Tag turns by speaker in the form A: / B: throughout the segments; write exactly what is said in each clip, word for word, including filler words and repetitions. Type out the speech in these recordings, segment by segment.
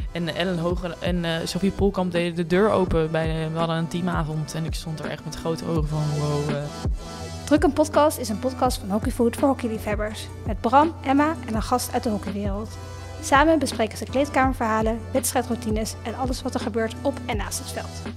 A: En Ellen Hoger en uh, Sophie Polkamp deden de deur open. Bij, uh, we hadden een teamavond en ik stond er echt met grote ogen van wow. Uh.
B: Druk een podcast is een podcast van Hockeyfood voor hockeyliefhebbers. Met Bram, Emma en een gast uit de hockeywereld. Samen bespreken ze kleedkamerverhalen, wedstrijdroutines en alles wat er gebeurt op en naast het veld.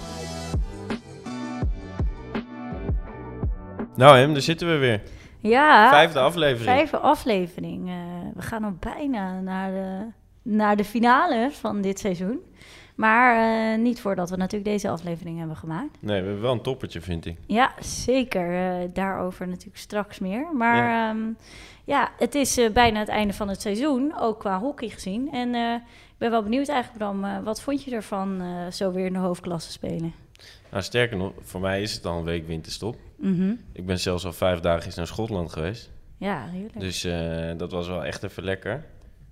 C: Nou Em, daar zitten we weer.
D: Ja,
C: Vijfde aflevering.
D: Vijfde aflevering. Uh, we gaan al bijna naar de, naar de finale van dit seizoen. Maar uh, niet voordat we natuurlijk deze aflevering hebben gemaakt.
C: Nee, we hebben wel een toppertje, vind ik.
D: Ja, zeker. Uh, daarover natuurlijk straks meer. Maar ja, um, ja het is uh, bijna het einde van het seizoen, ook qua hockey gezien. En uh, ik ben wel benieuwd eigenlijk, Bram, uh, wat vond je ervan uh, zo weer in de hoofdklasse spelen?
C: Nou, sterker nog, voor mij is het al een week winterstop.
D: Mm-hmm.
C: Ik ben zelfs al vijf dagen eens naar Schotland geweest.
D: Ja, heerlijk.
C: Dus uh, dat was wel echt even lekker.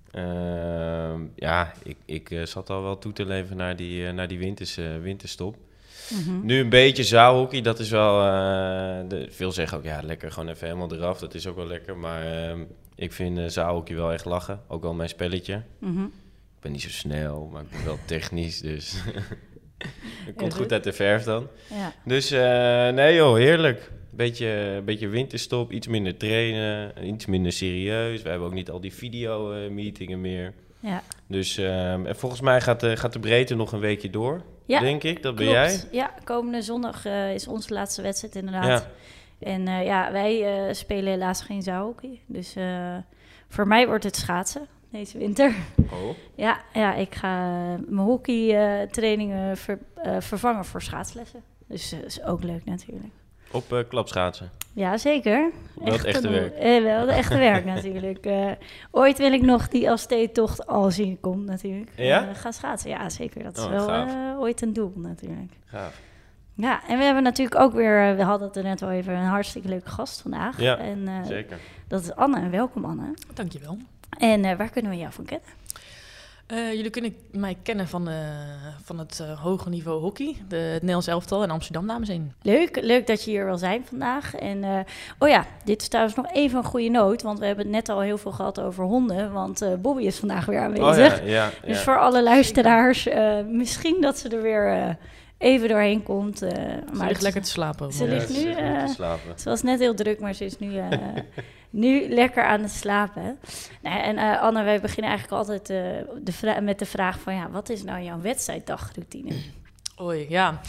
C: Uh, ja, ik, ik uh, zat al wel toe te leven naar die, uh, naar die winters, uh, winterstop. Mm-hmm. Nu een beetje zaalhockey, dat is wel... Uh, de, veel zeggen ook, ja, lekker, gewoon even helemaal eraf. Dat is ook wel lekker, maar uh, ik vind uh, zaalhockey wel echt lachen. Ook wel mijn spelletje. Mm-hmm. Ik ben niet zo snel, maar ik ben wel technisch, dus... Het komt goed uit de verf dan. Ja. Dus uh, nee joh, heerlijk. Beetje, beetje winterstop, iets minder trainen, iets minder serieus. We hebben ook niet al die video-meetingen meer. Ja. Dus uh, en volgens mij gaat de, gaat de breedte nog een weekje door, ja, denk ik. Dat klopt. Ben jij?
D: Ja, komende zondag uh, is onze laatste wedstrijd inderdaad. Ja. En uh, ja, wij uh, spelen helaas geen zaalhockey. Dus uh, voor mij wordt het schaatsen. Deze winter.
C: Oh.
D: Ja, ja, ik ga mijn hockeytrainingen uh, ver, uh, vervangen voor schaatslessen. Dus dat uh, is ook leuk natuurlijk.
C: Op uh, klapschaatsen?
D: Ja, zeker.
C: Wel het echte werk?
D: Uh, wel het echte werk natuurlijk. Uh, ooit wil ik nog die Elfstedentocht al zien komt natuurlijk.
C: Ja?
D: Uh, gaan schaatsen, ja zeker. Dat is
C: oh,
D: wel uh, ooit een doel natuurlijk.
C: Gaaf.
D: Ja, en we hebben natuurlijk ook weer, we hadden het er net al even, een hartstikke leuke gast vandaag.
C: Ja,
D: en, uh,
C: zeker.
D: Dat is Anne. Welkom Anne.
A: Dankjewel.
D: En uh, waar kunnen we jou van kennen?
A: Uh, jullie kunnen mij kennen van, uh, van het uh, hoge niveau hockey. De, het Nederlands elftal in Amsterdam, dames en heren.
D: Leuk, leuk dat je hier wil zijn vandaag. En uh, oh ja, dit is trouwens nog even een goede noot. Want we hebben het net al heel veel gehad over honden. Want uh, Bobby is vandaag weer aanwezig.
C: Oh ja, ja,
D: dus
C: ja.
D: voor alle luisteraars, uh, misschien dat ze er weer... Uh, even doorheen komt. Uh,
A: ze
D: maar
A: ligt lekker te slapen.
D: Ze
C: ja,
D: ligt nu... Uh,
C: te slapen.
D: Ze was net heel druk, maar ze is nu, uh, nu lekker aan het slapen. Nou, en uh, Anne, wij beginnen eigenlijk altijd uh, de vra- met de vraag van... ja, wat is nou jouw wedstrijddagροutine?
A: Oei, ja.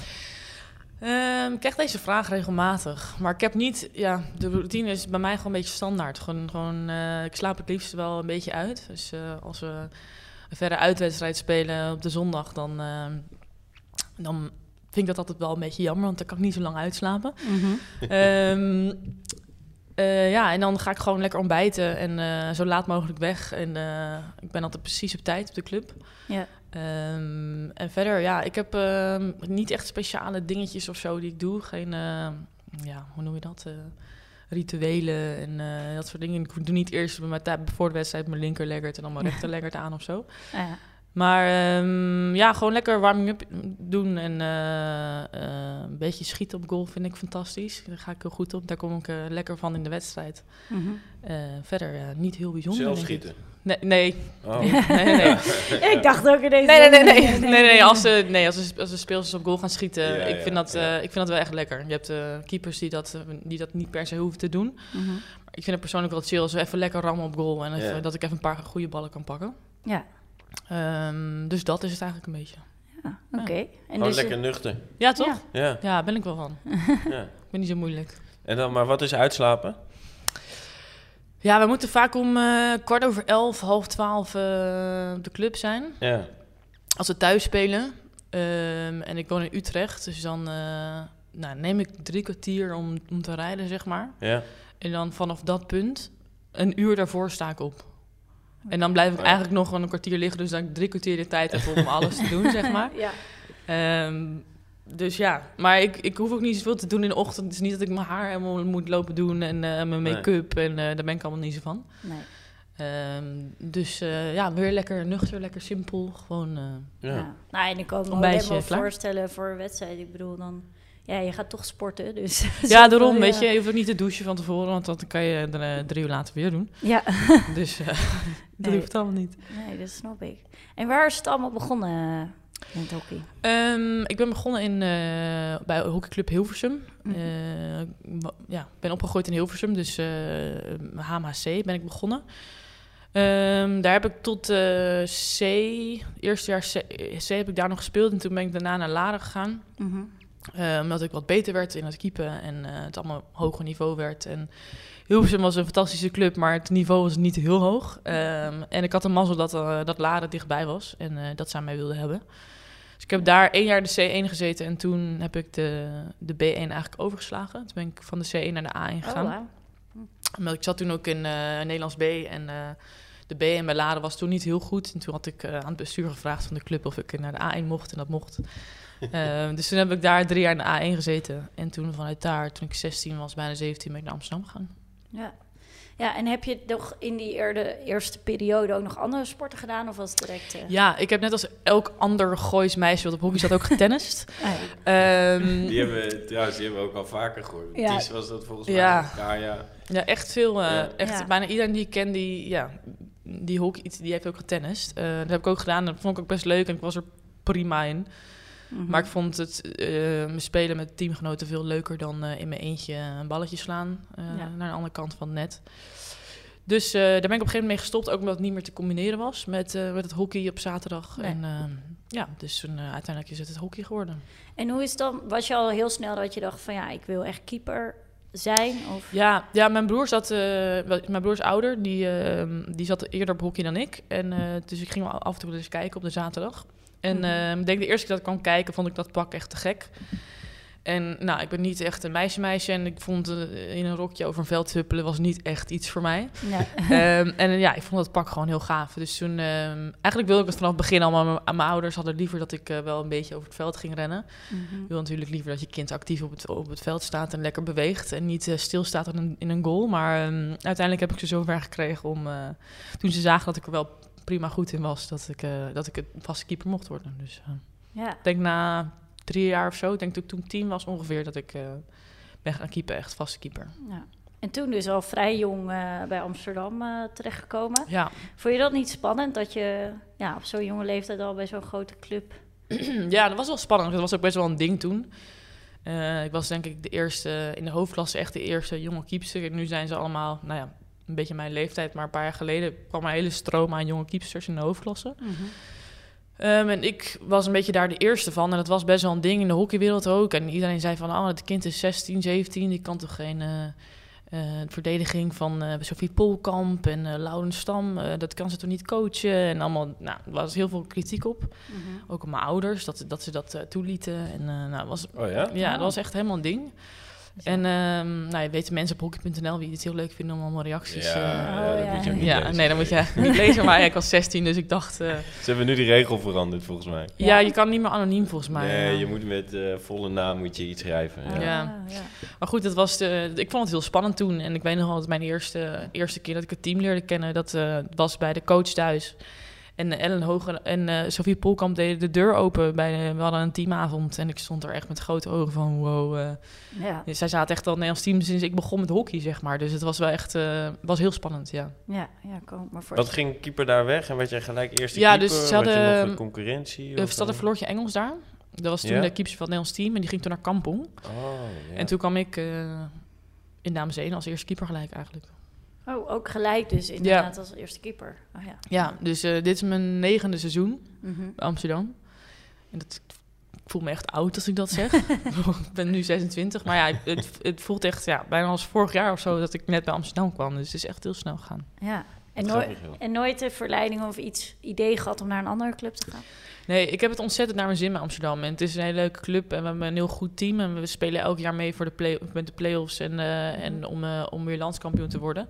A: Um, ik krijg deze vraag regelmatig. Maar ik heb niet... Ja, de routine is bij mij gewoon een beetje standaard. Gewoon, gewoon, uh, ik slaap het liefst wel een beetje uit. Dus uh, als we een verre uitwedstrijd spelen op de zondag... dan, uh, dan vind ik dat altijd wel een beetje jammer... want dan kan ik niet zo lang uitslapen. Mm-hmm. um, uh, ja, en dan ga ik gewoon lekker ontbijten... en uh, zo laat mogelijk weg. En uh, ik ben altijd precies op tijd op de club. Ja. Um, en verder, ja, ik heb uh, niet echt speciale dingetjes of zo die ik doe. Geen, uh, ja, hoe noem je dat? Uh, rituelen en uh, dat soort dingen. Ik doe niet eerst met mijn, voor de wedstrijd mijn linkerleggert en dan mijn rechterleggert aan of zo. Ja. Maar um, ja, gewoon lekker warming-up doen en uh, uh, een beetje schieten op goal vind ik fantastisch. Daar ga ik heel goed op. Daar kom ik uh, lekker van in de wedstrijd. Mm-hmm. Uh, verder uh, niet heel bijzonder.
C: Zelf schieten?
A: Nee, nee.
C: Oh.
A: nee, nee, nee.
D: Ik dacht ook in deze...
A: Nee, nee, nee, nee, nee, nee, nee. Als de, nee, als de, als de speelsters op goal gaan schieten, ja, ik, vind
C: ja,
A: dat, uh,
C: ja.
A: ik vind dat wel echt lekker. Je hebt uh, keepers die dat, uh, die dat niet per se hoeven te doen. Mm-hmm. Maar ik vind het persoonlijk wel chill als we even lekker rammen op goal en even, ja. dat ik even een paar goede ballen kan pakken.
D: Ja.
A: Um, dus dat is het eigenlijk een beetje.
D: Ja, oké. Okay.
C: Ja. Dus lekker nuchter.
A: Ja, toch?
C: Ja, ja.
A: ja ben ik wel van. ja. Ik ben niet zo moeilijk.
C: En dan, maar wat is uitslapen?
A: Ja, we moeten vaak om uh, kwart over elf, half twaalf uh, op de club zijn.
C: Ja.
A: Als we thuis spelen. Um, en ik woon in Utrecht, dus dan uh, nou, neem ik drie kwartier om, om te rijden, zeg maar.
C: Ja.
A: En dan vanaf dat punt, een uur daarvoor sta ik op. En dan blijf ik eigenlijk nog een kwartier liggen, dus dat ik drie kwartier de tijd heb om alles te doen, zeg maar. Ja. Um, dus ja, maar ik, ik hoef ook niet zoveel te doen in de ochtend. Het is niet dat ik mijn haar helemaal moet lopen doen en uh, mijn make-up. Nee. En uh, daar ben ik allemaal niet zo van. Nee. Um, dus uh, ja, weer lekker nuchter, lekker simpel. Gewoon uh,
D: ja. Ja. Nou, en ik kan me helemaal voorstellen voor een wedstrijd. Ik bedoel, dan... ja, je gaat toch sporten, dus...
A: Ja, daarom, ja. weet je, je hoeft ook niet te douchen van tevoren, want dat kan je dan, uh, drie uur later weer doen.
D: Ja.
A: Dus uh, dat
D: nee.
A: hoeft allemaal niet.
D: Nee, dat snap ik. En waar is het allemaal begonnen in het hockey?
A: Um, ik ben begonnen in, uh, bij hockeyclub Hilversum.
D: Mm-hmm.
A: Uh, ja, ik ben opgegroeid in Hilversum, dus uh, H M H C ben ik begonnen. Um, daar heb ik tot uh, C, eerste jaar C, C heb ik daar nog gespeeld en toen ben ik daarna naar Laren gegaan.
D: Mm-hmm.
A: Uh, omdat ik wat beter werd in het keepen en uh, het allemaal hoger niveau werd. En Hilversum was een fantastische club, maar het niveau was niet heel hoog. Um, en ik had een mazzel dat, uh, dat Laren dichtbij was en uh, dat ze aan mij wilden hebben. Dus ik heb daar één jaar de C één gezeten en toen heb ik de, de B één eigenlijk overgeslagen. Toen ben ik van de C één naar de A één gegaan.
D: Oh, wow.
A: Omdat ik zat toen ook in uh, Nederlands B en uh, de B één bij Laren was toen niet heel goed. En toen had ik uh, aan het bestuur gevraagd van de club of ik naar de A één mocht en dat mocht. Uh, dus toen heb ik daar drie jaar in de A één gezeten. En toen vanuit daar, toen ik zestien was, bijna zeventien, ben ik naar Amsterdam gegaan.
D: Ja. Ja, en heb je nog in die eerde, eerste periode ook nog andere sporten gedaan? Of was het direct... Uh...
A: Ja, ik heb net als elk ander Goois meisje wat op hockey zat ook getennist.
C: ah, um, die hebben trouwens, die hebben we ook al vaker gehoord.
D: Ja.
C: Ties was dat volgens mij.
A: Ja,
C: ja.
A: ja echt veel. Uh,
C: ja.
A: Echt,
D: ja.
A: Bijna iedereen die ik ken, die, ja, die hockey, die heeft ook getennist. Uh, dat heb ik ook gedaan. Dat vond ik ook best leuk en ik was er prima in. Mm-hmm. Maar ik vond het uh, me spelen met teamgenoten veel leuker dan uh, in mijn eentje een balletje slaan uh, ja. naar de andere kant van het net. Dus uh, daar ben ik op een gegeven moment mee gestopt, ook omdat het niet meer te combineren was met, uh, met het hockey op zaterdag. Nee. En uh, ja, dus uh, uiteindelijk is het het hockey geworden.
D: En hoe is het dan, was je al heel snel dat je dacht van ja, ik wil echt keeper zijn? Of?
A: Ja, ja, mijn broer zat, uh, mijn broer is ouder, die, uh, die zat eerder op hockey dan ik. En uh, dus ik ging wel af en toe eens kijken op de zaterdag. En ik uh, denk de eerste keer dat ik kwam kijken, vond ik dat pak echt te gek. En nou, ik ben niet echt een meisje-meisje en ik vond uh, in een rokje over een veld huppelen was niet echt iets voor mij. Ja. Um, en uh, ja, ik vond dat pak gewoon heel gaaf. Dus toen, uh, eigenlijk wilde ik het vanaf het begin al, maar aan mijn ouders hadden liever dat ik uh, wel een beetje over het veld ging rennen. Mm-hmm. Ik wil natuurlijk liever dat je kind actief op het, op het veld staat en lekker beweegt en niet uh, stilstaat in een, in een goal. Maar um, uiteindelijk heb ik ze zover gekregen om, uh, toen ze zagen dat ik er wel prima goed in was, dat ik, uh, dat ik een vaste keeper mocht worden. Dus uh,
D: ja.
A: ik denk na drie jaar of zo, ik denk dat ik toen tien was ongeveer, dat ik uh, ben gaan keeper, echt vaste keeper.
D: Ja. En toen dus al vrij jong uh, bij Amsterdam uh, terechtgekomen.
A: Ja.
D: Vond je dat niet spannend, dat je ja, op zo'n jonge leeftijd al bij zo'n grote club...
A: Ja, dat was wel spannend. Dat was ook best wel een ding toen. Uh, ik was denk ik de eerste, in de hoofdklasse echt de eerste jonge keepster. En nu zijn ze allemaal, nou ja, een beetje mijn leeftijd, maar een paar jaar geleden kwam er een hele stroom aan jonge keepsters in de hoofdklasse. Mm-hmm. Um, en ik was een beetje daar de eerste van. En dat was best wel een ding in de hockeywereld ook. En iedereen zei van, oh, het kind is zestien, zeventien. Die kan toch geen uh, uh, verdediging van uh, Sophie Polkamp en uh, Lauren Stam. Uh, dat kan ze toch niet coachen? En allemaal, nou, er was heel veel kritiek op. Mm-hmm. Ook op mijn ouders, dat, dat ze dat uh, toelieten. En uh, nou, was,
C: oh ja?
A: Ja,
C: oh.
A: dat was echt helemaal een ding. En um, nou, je weet mensen op hockey punt n l die het heel leuk vinden om allemaal reacties...
C: Ja,
A: uh,
C: ja, dat
D: ja.
C: moet je niet
A: ja,
C: lezen.
A: nee, dat moet je niet lezen. Maar ik was zestien, dus ik dacht... Uh,
C: Ze hebben nu die regel veranderd, volgens mij.
A: Ja, ja, je kan niet meer anoniem, volgens mij.
C: Nee,
A: ja.
C: je moet met uh, volle naam moet je iets schrijven. Ja.
A: Ja. Ja. Ja. Maar goed, dat was de, ik vond het heel spannend toen. En ik weet nog wel dat mijn eerste, eerste keer dat ik het team leerde kennen... dat uh, was bij de coach thuis. En Ellen Hoger en uh, Sophie Polkamp deden de deur open. Bij de, we hadden een teamavond en ik stond er echt met grote ogen van wow. Uh,
D: ja.
A: Zij zaten echt al in het Nederlands team sinds ik begon met hockey, zeg maar. Dus het was wel echt uh, was heel spannend, ja.
D: Ja, ja, kom maar voor.
C: Wat ging keeper daar weg en werd jij gelijk eerste
A: ja,
C: keeper?
A: Dus ze hadden,
C: had je nog een concurrentie?
A: Er zat een Floortje Engels daar. Dat was toen ja? de keeper van het Nederlands team en die ging toen naar Kampong.
C: Oh, ja.
A: En toen kwam ik uh, in dames één als eerste keeper gelijk eigenlijk.
D: Oh, ook gelijk dus inderdaad ja. als eerste keeper. Oh, ja.
A: ja, dus uh, dit is mijn negende seizoen
D: mm-hmm.
A: bij Amsterdam. En dat, ik voel me echt oud als ik dat zeg. Ik ben nu zesentwintig, maar ja, het, het voelt echt ja, bijna als vorig jaar of zo dat ik net bij Amsterdam kwam. Dus het is echt heel snel gegaan.
D: Ja, en, nooi- en nooit de verleiding of iets idee gehad om naar een andere club te gaan?
A: Nee, ik heb het ontzettend naar mijn zin bij Amsterdam. En het is een hele leuke club en we hebben een heel goed team. En we spelen elk jaar mee voor de play- met de play-offs en, uh, en om, uh, om weer landskampioen te worden.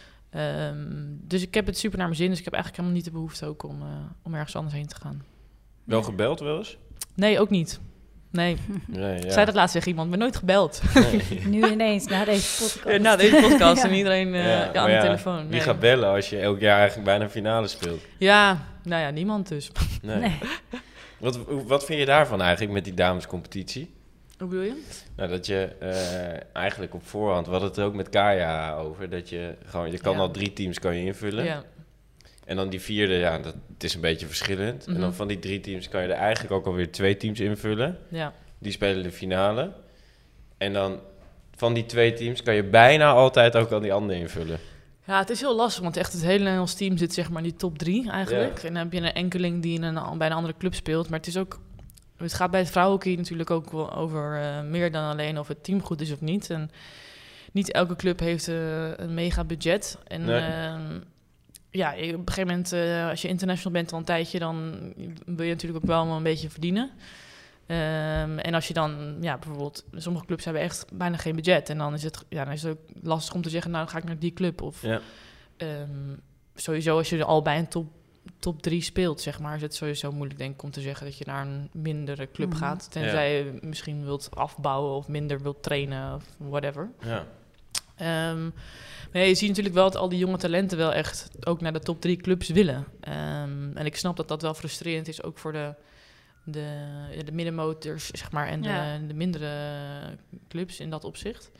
A: Um, dus ik heb het super naar mijn zin. Dus ik heb eigenlijk helemaal niet de behoefte ook om, uh, om ergens anders heen te gaan.
C: Wel gebeld wel eens?
A: Nee, ook niet. Nee.
C: nee ja.
A: Zei dat laatst tegen iemand, maar nooit gebeld.
D: Nee. Nu ineens, na deze podcast.
A: Ja, na deze podcast en iedereen uh,
C: ja,
A: ja, aan
C: ja,
A: de telefoon. Nee.
C: Wie gaat bellen als je elk jaar eigenlijk bijna een finale speelt?
A: Ja, nou ja, niemand dus.
C: Nee. Nee. Wat, wat vind je daarvan eigenlijk met die damescompetitie?
A: Hoe bedoel je?
C: Nou, dat je uh, eigenlijk op voorhand, we hadden het er ook met Kaya over, dat je gewoon, je kan
A: Ja.
C: al drie teams kan je invullen.
A: Ja.
C: En dan die vierde, ja, dat het is een beetje verschillend.
A: Mm-hmm.
C: En dan van die drie teams kan je er eigenlijk ook alweer twee teams invullen.
A: Ja.
C: Die spelen de finale. En dan van die twee teams kan je bijna altijd ook al die andere invullen.
A: Ja, het is heel lastig, want echt het hele Nederlands team zit zeg maar in die top drie eigenlijk.
C: Ja.
A: En dan heb je een enkeling die in een, bij een andere club speelt. Maar het is ook, het gaat bij het vrouwenhockey natuurlijk ook wel over uh, meer dan alleen of het team goed is of niet. En niet elke club heeft uh, een mega budget. En
C: Nee.
A: uh, ja, op een gegeven moment, uh, als je international bent al een tijdje, dan wil je natuurlijk ook wel een beetje verdienen. Um, en als je dan, ja, bijvoorbeeld, sommige clubs hebben echt bijna geen budget. En dan is het, ja, dan is het ook lastig om te zeggen, nou, dan ga ik naar die club. Of
C: Ja.
A: um, sowieso, als je al bij een top, top drie speelt, zeg maar, is het sowieso moeilijk, denk ik, om te zeggen dat je naar een mindere club
D: Mm-hmm.
A: gaat. Tenzij ja. je misschien wilt afbouwen of minder wilt trainen of whatever.
C: Ja.
A: Um, maar ja, je ziet natuurlijk wel dat al die jonge talenten wel echt ook naar de top drie clubs willen. Um, en ik snap dat dat wel frustrerend is, ook voor de... De, de middenmotors, zeg maar, en
D: Ja.
A: de, de mindere clubs in dat opzicht.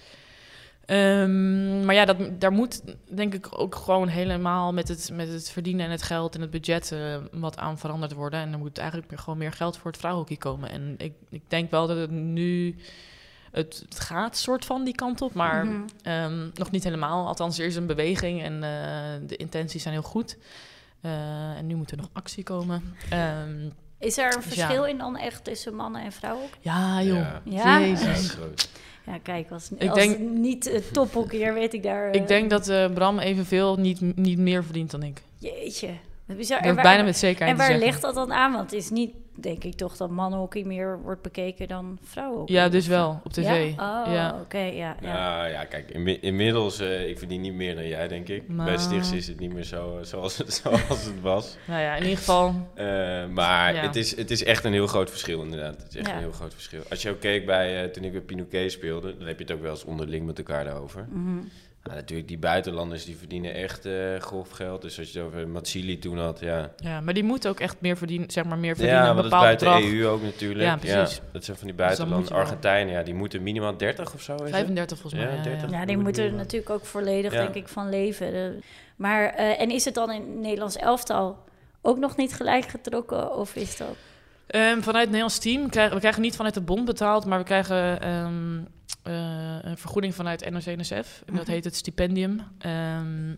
A: Um, maar ja, dat, daar moet denk ik ook gewoon helemaal met het, met het verdienen en het geld en het budget uh, wat aan veranderd worden. En er moet eigenlijk meer, gewoon meer geld voor het vrouwenhockey komen. En ik, ik denk wel dat het nu... Het, het gaat soort van die kant op, maar
D: Mm-hmm.
A: um, nog niet helemaal. Althans, er is een beweging en uh, de intenties zijn heel goed. Uh, en nu moet er nog actie komen. Um,
D: Is er een
A: Dus
D: verschil
A: ja.
D: in dan echt tussen mannen en vrouwen?
A: Ja, joh.
C: Ja.
D: Ja?
C: Ja, dat is
A: Jezus.
C: groot.
D: Ja, kijk, als,
A: Ik
D: als
A: denk-
D: niet uh, tophockeyer weet ik daar... uh,
A: Ik denk dat uh, Bram evenveel niet, niet meer verdient dan ik.
D: Jeetje. Wat bizar.
A: Ik
D: En
A: durf
D: waar,
A: bijna met zekerheid
D: en
A: te
D: waar
A: zeggen.
D: ligt dat dan aan? Want het is niet, denk ik toch, dat mannenhockey meer wordt bekeken dan vrouwenhockey.
A: Ja, dus wel, op tv.
D: Ja? Oh,
A: Ja.
D: oké, ja. ja.
C: Nou ja, kijk, inmi- inmiddels, uh, ik verdien niet meer dan jij, denk ik.
A: Nou.
C: Bij Stichts is het niet meer zo uh, zoals, het, zoals het was.
A: Nou ja, in ieder geval...
C: Uh, maar
A: Ja.
C: het, is, het is echt een heel groot verschil, inderdaad. Het is echt
D: Ja.
C: een heel groot verschil. Als je ook keek bij, uh, toen ik bij Pinoquet speelde, dan heb je het ook wel eens onderling met elkaar daarover.
D: Mm-hmm.
C: Nou, natuurlijk, die buitenlanders die verdienen echt uh, grof geld. Dus als je het over Matsili toen had, ja.
A: Ja, maar die moeten ook echt meer verdienen, zeg maar, meer verdienen.
C: Ja,
A: een
C: maar dat is
A: bepaald
C: buiten
A: bedrag.
C: E U ook natuurlijk.
A: Ja, precies.
C: dat zijn van die
A: Dus dan
C: buitenlanden.
A: moet je wel-
C: Argentijnen, ja, die moeten minimaal dertig of zo. Is het?
A: vijfendertig volgens mij.
C: Ja,
A: Ja,
C: dertig.
A: ja.
D: Ja, die
C: moet
D: moeten er
C: niet,
D: natuurlijk ook volledig,
C: Ja.
D: denk ik, van leven. De- maar, uh, en is het dan in het Nederlands elftal ook nog niet gelijk getrokken? Of is dat...
A: Um, vanuit het Nederlands team krijgen we krijgen niet vanuit de bond betaald, maar we krijgen um, uh, een vergoeding vanuit N O C N S F. En dat
D: Mhm.
A: heet het stipendium. Um,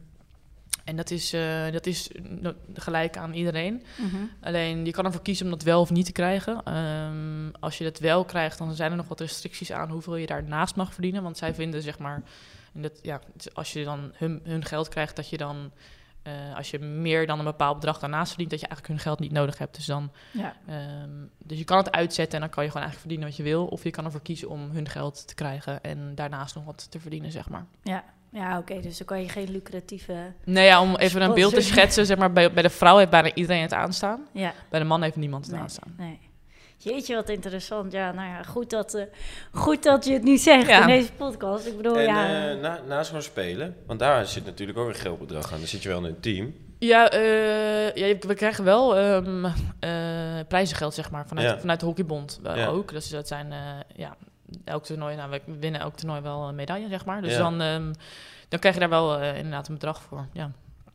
A: en dat is, uh, dat is no- gelijk aan iedereen.
D: Mm-hmm.
A: Alleen je kan ervoor kiezen om dat wel of niet te krijgen. Um, als je dat wel krijgt, dan zijn er nog wat restricties aan hoeveel je daarnaast mag verdienen. Want zij vinden, zeg maar, en dat, ja, als je dan hun, hun geld krijgt, dat je dan, uh, als je meer dan een bepaald bedrag daarnaast verdient, dat je eigenlijk hun geld niet nodig hebt. Dus dan,
D: Ja.
A: um, dus je kan het uitzetten en dan kan je gewoon eigenlijk verdienen wat je wil. Of je kan ervoor kiezen om hun geld te krijgen en daarnaast nog wat te verdienen, zeg maar.
D: Ja, ja oké. Okay, dus dan kan je geen lucratieve...
A: Nee, ja, om even een beeld te
D: Sponsor.
A: schetsen, zeg maar, bij, bij de vrouw heeft bijna iedereen het aanstaan.
D: Ja,
A: Bij de man heeft niemand het
D: nee,
A: aanstaan.
D: nee. Jeetje, wat interessant. Ja, nou ja, goed dat, uh, goed dat je het nu zegt
A: Ja.
D: in deze podcast. Ik bedoel,
C: En
D: ja...
C: uh, na, na zo'n spelen, want daar zit natuurlijk ook een geldbedrag aan. Dan zit je wel in een team.
A: Ja, uh, ja, we krijgen wel um, uh, prijzengeld, zeg maar, vanuit,
C: Ja.
A: vanuit de hockeybond uh,
C: Ja.
A: ook. Dus dat zijn, uh, ja, elk toernooi, nou, we winnen elk toernooi wel een medaille, zeg maar. Dus
C: Ja.
A: dan, um, dan krijg je daar wel uh, inderdaad een bedrag voor, ja.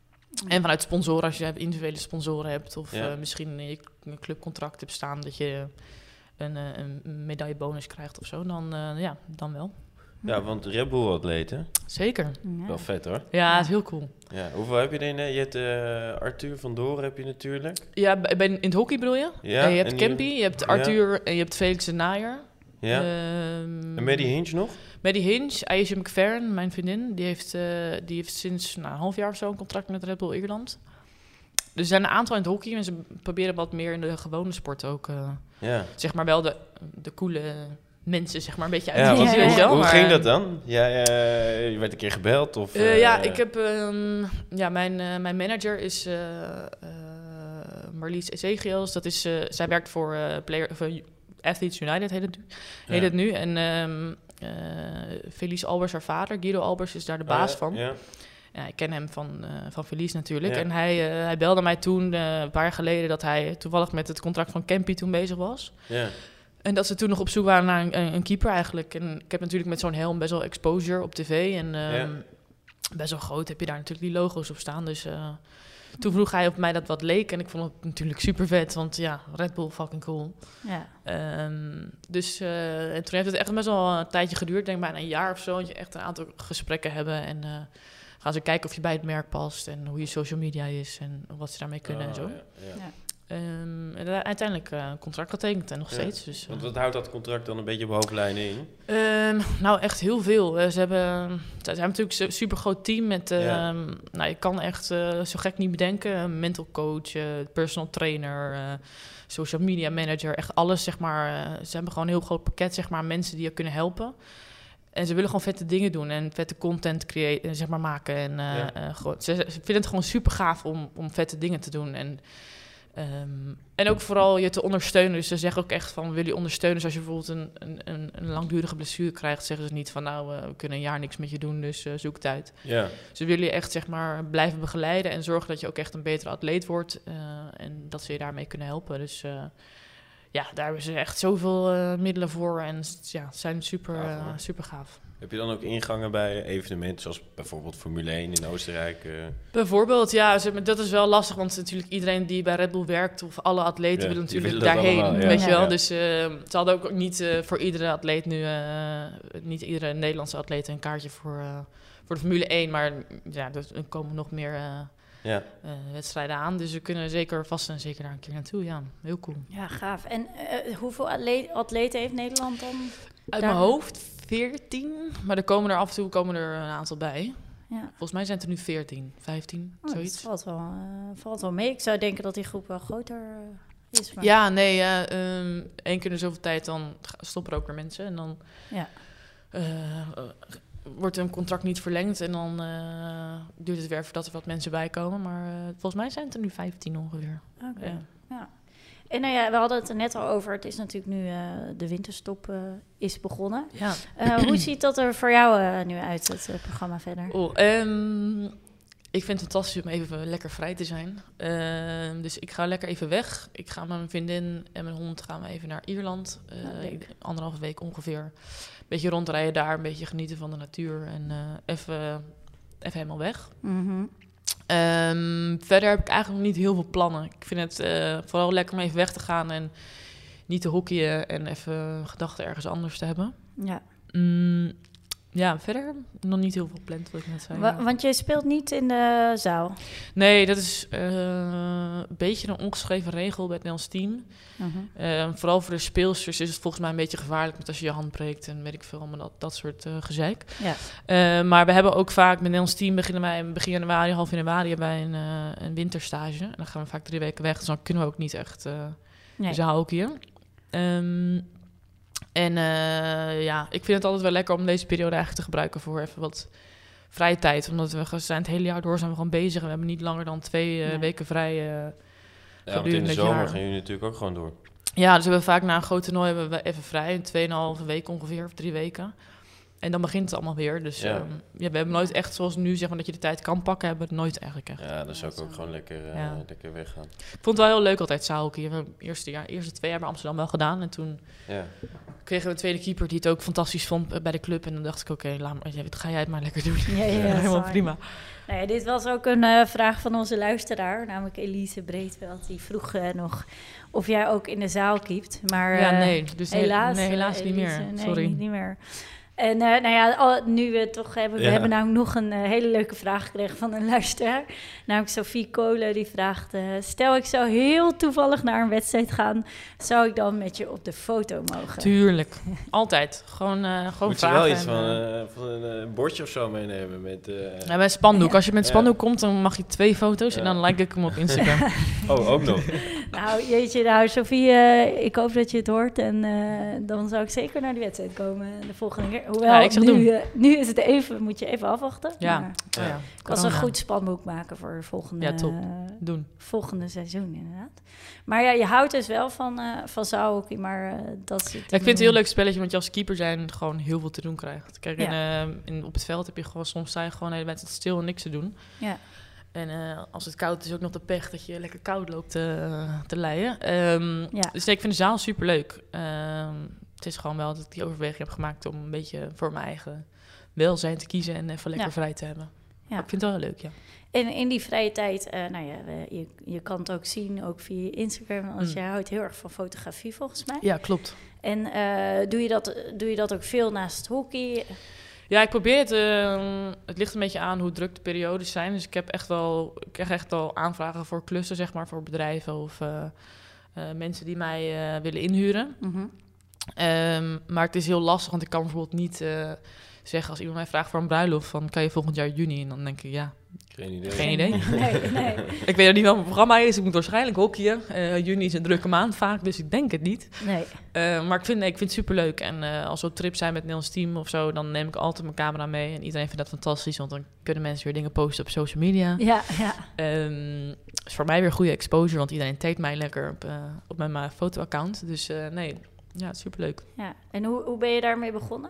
A: En vanuit sponsoren, als je individuele sponsoren hebt, of
C: Ja.
A: uh, misschien in je clubcontract hebt staan dat je een, uh, een medaillebonus krijgt of zo, dan, uh, ja, dan wel.
C: Ja, want Red Bull atleten,
A: Zeker.
D: Ja.
C: wel vet hoor.
A: Ja, het is heel cool.
C: Ja, hoeveel heb je erin? Je hebt uh, Arthur van Doren heb je natuurlijk.
A: Ja, bij, bij- in het hockey bedoel je?
C: Ja,
A: Uh, je hebt
C: en die-
A: Kempi, je hebt
C: Ja.
A: Arthur en je hebt Felix de Naaier.
C: Ja.
A: Ehm,
C: en Maddie Hinch nog?
A: Maddie Hinch, Aisha McFerrin, mijn vriendin, die heeft, uh, die heeft sinds nou, een half jaar of zo een contract met Red Bull Ierland. Dus er zijn een aantal in het hockey en ze proberen wat meer in de gewone sport ook, uh,
C: Ja.
A: zeg maar wel de, de coole mensen, zeg maar een beetje uit
C: Ja,
A: te
C: want
A: kiezen,
D: ja,
A: weet je
C: hoe,
A: wel.
C: hoe
A: maar,
C: ging dat dan? Ja, uh, je werd een keer gebeld? Of,
A: Uh,
C: uh,
A: ja, ik heb, um, ja, mijn, uh, mijn manager is uh, uh, Marlies Ezegiels. Dat is, uh, zij werkt voor uh, Player, of, uh, Athletes United, heet het, heet
C: Ja.
A: het nu. En um, uh, Felice Albers, haar vader, Guido Albers, is daar de baas
C: Uh,
A: van.
C: Ja.
A: Ja, ik ken hem van, uh, van Felice natuurlijk.
C: Ja.
A: En hij, uh, hij belde mij toen, uh, een paar jaar geleden, dat hij toevallig met het contract van Kempi toen bezig was.
C: Ja.
A: En dat ze toen nog op zoek waren naar een, een keeper eigenlijk. En ik heb natuurlijk met zo'n helm best wel exposure op tv. En um, ja. best wel groot heb je daar natuurlijk die logo's op staan. Dus uh, toen vroeg hij of mij dat wat leek. En ik vond het natuurlijk super vet, want ja, Red Bull fucking cool.
D: Ja.
A: Um, dus uh, en toen heeft het echt best wel een tijdje geduurd. Ik denk bijna een jaar of zo. Dat je echt een aantal gesprekken hebben. En uh, gaan ze kijken of je bij het merk past. En hoe je social media is. En wat ze daarmee kunnen oh, en zo. Ja, ja. Ja. Um, en uiteindelijk uh, een contract getekend en nog ja, steeds. Dus, uh,
C: want wat houdt dat contract dan een beetje op hoofdlijnen in?
A: Um, nou, echt heel veel. Uh, ze, hebben, ze zijn natuurlijk een super groot team met... Uh, ja. um, nou, je kan echt uh, zo gek niet bedenken. Een mental coach, uh, personal trainer, uh, social media manager. Echt alles, zeg maar. Uh, ze hebben gewoon een heel groot pakket, zeg maar, mensen die je kunnen helpen. En ze willen gewoon vette dingen doen en vette content creëren, zeg maar, maken. En, uh, ja. uh, gewoon, ze, ze vinden het gewoon super gaaf om, om vette dingen te doen. En... Um, en ook vooral je te ondersteunen. Dus ze zeggen ook echt van, we willen je ondersteunen. Dus als je bijvoorbeeld een, een, een langdurige blessure krijgt, zeggen ze niet van, nou, uh, we kunnen een jaar niks met je doen, dus uh, zoek het uit.
C: Ja.
A: Ze willen je echt, zeg maar, blijven begeleiden en zorgen dat je ook echt een betere atleet wordt. Uh, en dat ze je daarmee kunnen helpen. Dus uh, ja, daar hebben ze echt zoveel uh, middelen voor en ja, zijn super, uh, super gaaf.
C: Heb je dan ook ingangen bij evenementen zoals bijvoorbeeld Formule één in Oostenrijk? Uh...
A: Bijvoorbeeld, ja. Dat is wel lastig, want natuurlijk iedereen die bij Red Bull werkt of alle atleten ja, willen natuurlijk willen daarheen, allemaal, ja. weet je wel. Ja. Dus uh, ze hadden ook niet uh, voor iedere atleet nu, uh, niet iedere Nederlandse atleet een kaartje voor, uh, voor de Formule één, maar ja, er komen nog meer uh, ja. uh, wedstrijden aan. Dus we kunnen zeker vast en zeker daar een keer naartoe. Ja, heel cool.
D: Ja, gaaf. En uh, hoeveel atleten, atleten heeft Nederland dan?
A: Uit daar... mijn hoofd veertien, maar er komen er af en toe komen er een aantal bij. Ja. Volgens mij zijn het er nu veertien, vijftien,
D: oh,
A: zoiets.
D: Dat valt wel, uh, valt wel mee. Ik zou denken dat die groep wel groter uh, is. Maar...
A: Ja, nee, ja, um, één keer in zoveel tijd dan stoppen er ook weer mensen. En dan ja. uh, uh, wordt een contract niet verlengd en dan uh, duurt het weer voordat er wat mensen bij komen. Maar uh, volgens mij zijn het er nu vijftien ongeveer.
D: Oké, okay. ja. ja. En nou ja, we hadden het er net al over. Het is natuurlijk nu uh, de winterstop uh, is begonnen. Ja. Uh, hoe ziet dat er voor jou uh, nu uit, het uh, programma verder?
A: Oh, um, ik vind het fantastisch om even lekker vrij te zijn. Uh, dus ik ga lekker even weg. Ik ga met mijn vriendin en mijn hond gaan we even naar Ierland. Uh, oh, anderhalve week ongeveer. Een beetje rondrijden daar, een beetje genieten van de natuur. En uh, even, even helemaal weg.
D: Mm-hmm.
A: Um, verder heb ik eigenlijk nog niet heel veel plannen. Ik vind het uh, vooral lekker om even weg te gaan en niet te hockeyen en even gedachten ergens anders te hebben.
D: Ja.
A: Um, ja, verder nog niet heel veel gepland, wat ik net zei.
D: Wa- want je speelt niet in de zaal?
A: Nee, dat is uh, een beetje een ongeschreven regel bij het Nederlands team. Uh-huh. Uh, vooral voor de speelsters is het volgens mij een beetje gevaarlijk met als je je hand breekt en weet ik veel, allemaal dat, dat soort uh, gezeik.
D: Ja.
A: Uh, maar we hebben ook vaak met het Nederlands team beginnen wij begin januari, half januari hebben wij een, uh, een winterstage. En dan gaan we vaak drie weken weg, dus dan kunnen we ook niet echt uh, nee. zaalhockeyen. Um, En uh, ja, ik vind het altijd wel lekker om deze periode eigenlijk te gebruiken voor even wat vrije tijd. Omdat we zijn het hele jaar door zijn we gewoon bezig. En we hebben niet langer dan twee uh, nee. weken vrij uh,
C: ja, want in de zomer jaar. Gaan jullie natuurlijk ook gewoon door.
A: Ja, dus we hebben vaak na een groot toernooi hebben we even vrij. Een tweeënhalve week ongeveer, of drie weken. En dan begint het allemaal weer. Dus ja. Um, ja, we hebben nooit echt zoals nu, zeg maar, dat je de tijd kan pakken. Hebben we het nooit eigenlijk echt.
C: Ja, dan zou ik ook gewoon lekker, uh, ja. lekker weggaan. Ik
A: vond het wel heel leuk altijd, zaalhockey. We hebben het eerste, jaar, eerste twee jaar bij Amsterdam wel gedaan. En toen
C: ja.
A: kregen we een tweede keeper die het ook fantastisch vond bij de club. En dan dacht ik, oké, okay, laat maar, ga jij het maar lekker doen.
D: Ja, ja,
A: helemaal prima.
D: Nou ja, dit was ook een uh, vraag van onze luisteraar, namelijk Elise Breedveld. Die vroeg uh, nog of jij ook in de zaal keept. Maar uh,
A: ja, nee, dus
D: helaas,
A: nee, helaas
D: uh,
A: niet
D: Elise,
A: meer.
D: Nee,
A: Sorry.
D: Niet, niet meer. En uh, nou ja, al, nu we het toch hebben, we ja. hebben nou nog een uh, hele leuke vraag gekregen van een luisteraar. Namelijk Sophie Kolen, die vraagt, uh, stel ik zou heel toevallig naar een wedstrijd gaan, zou ik dan met je op de foto mogen?
A: Tuurlijk, altijd. Gewoon, uh, gewoon
C: Moet
A: vragen.
C: je wel iets
A: en,
C: van, uh, van een uh, bordje of zo meenemen met... Uh...
A: Ja, bij spandoek.
D: Ja.
A: Als je met spandoek
C: ja.
A: komt, dan mag je twee foto's ja. en dan like ik hem op Instagram.
C: Oh, ook nog.
D: Nou, jeetje, nou Sophie, uh, ik hoop dat je het hoort en uh, dan zou ik zeker naar die wedstrijd komen de volgende keer. Hoewel,
A: ja, ik zeg
D: nu, uh, nu is het even, moet je even afwachten.
A: Ja.
D: Maar
A: Oh, ja.
D: ik was een goed spanboek maken voor volgende,
A: ja, top. Doen.
D: volgende seizoen inderdaad. Maar ja, je houdt dus wel van, uh, van zaalhockey, maar uh, dat is het.
A: Ja, ik vind het een heel leuk spelletje, want je als keeper zijn gewoon heel veel te doen krijgt. Kijk,
D: ja.
A: in, uh, in, op het veld heb je gewoon, soms sta je gewoon de hele tijd stil en niks te doen.
D: Ja.
A: En uh, als het koud is, ook nog de pech dat je lekker koud loopt uh, te leien. Um, ja. Dus nee, ik vind de zaal superleuk. Um, het is gewoon wel dat ik die overweging heb gemaakt om een beetje voor mijn eigen welzijn te kiezen en even lekker ja. vrij te hebben. Ja. Maar ik vind het wel leuk, ja.
D: En in die vrije tijd, uh, nou ja, je, je kan het ook zien, ook via Instagram. Als mm. jij houdt heel erg van fotografie, volgens mij.
A: Ja, klopt.
D: En uh, doe, je dat, doe je dat ook veel naast het hockey?
A: Ja, ik probeer het. Uh, het ligt een beetje aan hoe druk de periodes zijn. Dus ik heb echt wel, ik krijg echt wel aanvragen voor klussen, zeg maar, voor bedrijven of uh, uh, mensen die mij uh, willen inhuren. Mm-hmm. Um, maar het is heel lastig, want ik kan bijvoorbeeld niet uh, zeggen als iemand mij vraagt voor een bruiloft van kan je volgend jaar juni? En dan denk ik ja.
C: Geen idee.
A: Geen idee.
D: Nee, nee.
A: Ik weet ook niet wat mijn programma is. Ik moet waarschijnlijk hockeyen. Uh, juni is een drukke maand vaak, dus ik denk het niet.
D: Nee.
A: Uh, maar ik vind, nee, ik vind het superleuk. En uh, als we op trip zijn met het Nederlands team of zo, dan neem ik altijd mijn camera mee. En iedereen vindt dat fantastisch, want dan kunnen mensen weer dingen posten op social media.
D: Ja, ja.
A: Um, is voor mij weer goede exposure, want iedereen tagt mij lekker op, uh, op mijn uh, foto-account. Dus uh, nee, ja, superleuk.
D: Ja. En hoe, hoe ben je daarmee begonnen?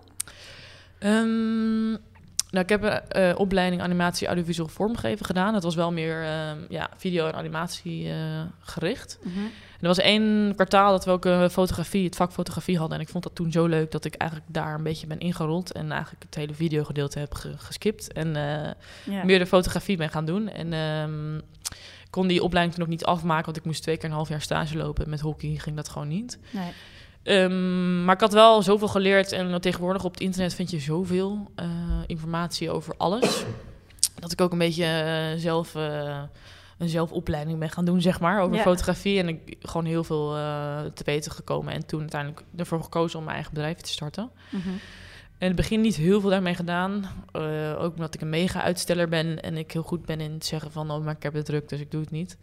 A: Um, Nou, ik heb een uh, opleiding animatie audiovisueel vormgeven gedaan. Dat was wel meer uh, ja, video en animatie uh, gericht. Mm-hmm. En er was één kwartaal dat we ook uh, fotografie, het vak fotografie hadden. En ik vond dat toen zo leuk dat ik eigenlijk daar een beetje ben ingerold. En eigenlijk het hele videogedeelte heb ge- geskipt. En uh, ja. meer de fotografie ben gaan doen. En um, ik kon die opleiding toen ook niet afmaken, want ik moest twee keer een half jaar stage lopen. Met hockey ging dat gewoon niet.
D: Nee.
A: Um, maar ik had wel zoveel geleerd en tegenwoordig op het internet vind je zoveel uh, informatie over alles. Dat ik ook een beetje uh, zelf uh, een zelfopleiding ben gaan doen, zeg maar, over ja. fotografie. En ik gewoon heel veel uh, te weten gekomen. En toen uiteindelijk ervoor gekozen om mijn eigen bedrijf te starten. Mm-hmm. In het begin niet heel veel daarmee gedaan. Uh, ook omdat ik een mega-uitsteller ben en ik heel goed ben in het zeggen van oh, maar ik heb het druk, dus ik doe het niet.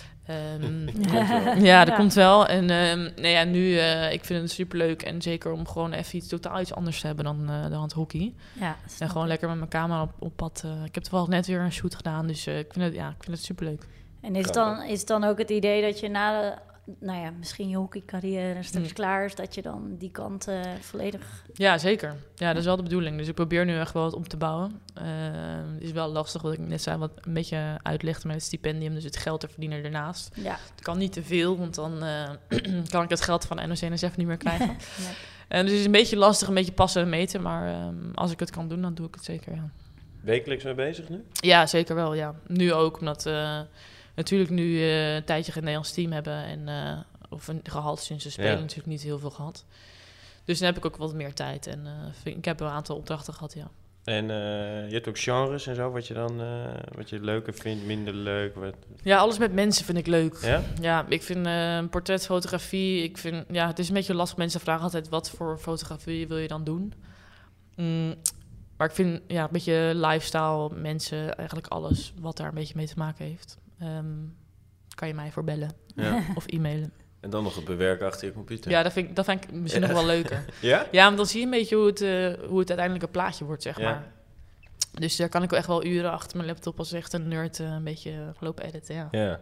A: Um, ja, ja, dat ja. komt wel. En um, nee, ja, nu, uh, ik vind het superleuk. En zeker om gewoon even iets totaal iets anders te hebben dan, uh, dan het hockey.
D: Ja,
A: en gewoon lekker met mijn camera op, op pad. Uh, ik heb toevallig net weer een shoot gedaan, dus uh, ik, vind het, ja, ik vind het superleuk.
D: En is, dan, is dan ook het idee dat je na de, nou ja, misschien je hockeycarrière straks mm. klaar is, dat je dan die kant uh, volledig...
A: Ja, zeker. Ja, dat is wel de bedoeling. Dus ik probeer nu echt wel wat om te bouwen. Uh, het is wel lastig, wat ik net zei, wat een beetje uitlegde met het stipendium. Dus het geld te verdienen ernaast.
D: Ja.
A: Het kan niet te veel, want dan uh, kan ik het geld van N O C N S F niet meer krijgen. nee. uh, dus het is een beetje lastig, een beetje passen en meten. Maar um, als ik het kan doen, dan doe ik het zeker, ja.
C: Wekelijks mee bezig nu?
A: Ja, zeker wel, ja. Nu ook, omdat... Uh, natuurlijk nu uh, een tijdje geen Nederlands team hebben en uh, of een gehad sinds de Spelen ja. natuurlijk niet heel veel gehad. Dus dan heb ik ook wat meer tijd en uh, vind, ik heb een aantal opdrachten gehad, ja.
C: En uh, je hebt ook genres en zo, wat je dan uh, wat je leuker vindt, minder leuk? Wat...
A: Ja, alles met mensen vind ik leuk.
C: Ja?
A: Ja, ik vind uh, portretfotografie, ik vind, ja, het is een beetje lastig. Mensen vragen altijd, wat voor fotografie wil je dan doen? Mm, maar ik vind, ja, een beetje lifestyle, mensen, eigenlijk alles wat daar een beetje mee te maken heeft. Um, kan je mij voor bellen ja. of e-mailen.
C: En dan nog het bewerken achter je computer.
A: Ja, dat vind ik, dat vind ik misschien ja. nog wel leuker.
C: Ja?
A: Ja, want dan zie je een beetje hoe het, uh, hoe het uiteindelijke plaatje wordt, zeg
C: ja.
A: maar. Dus daar kan ik wel echt wel uren achter mijn laptop als echt een nerd uh, een beetje lopen editen, ja.
C: Ja.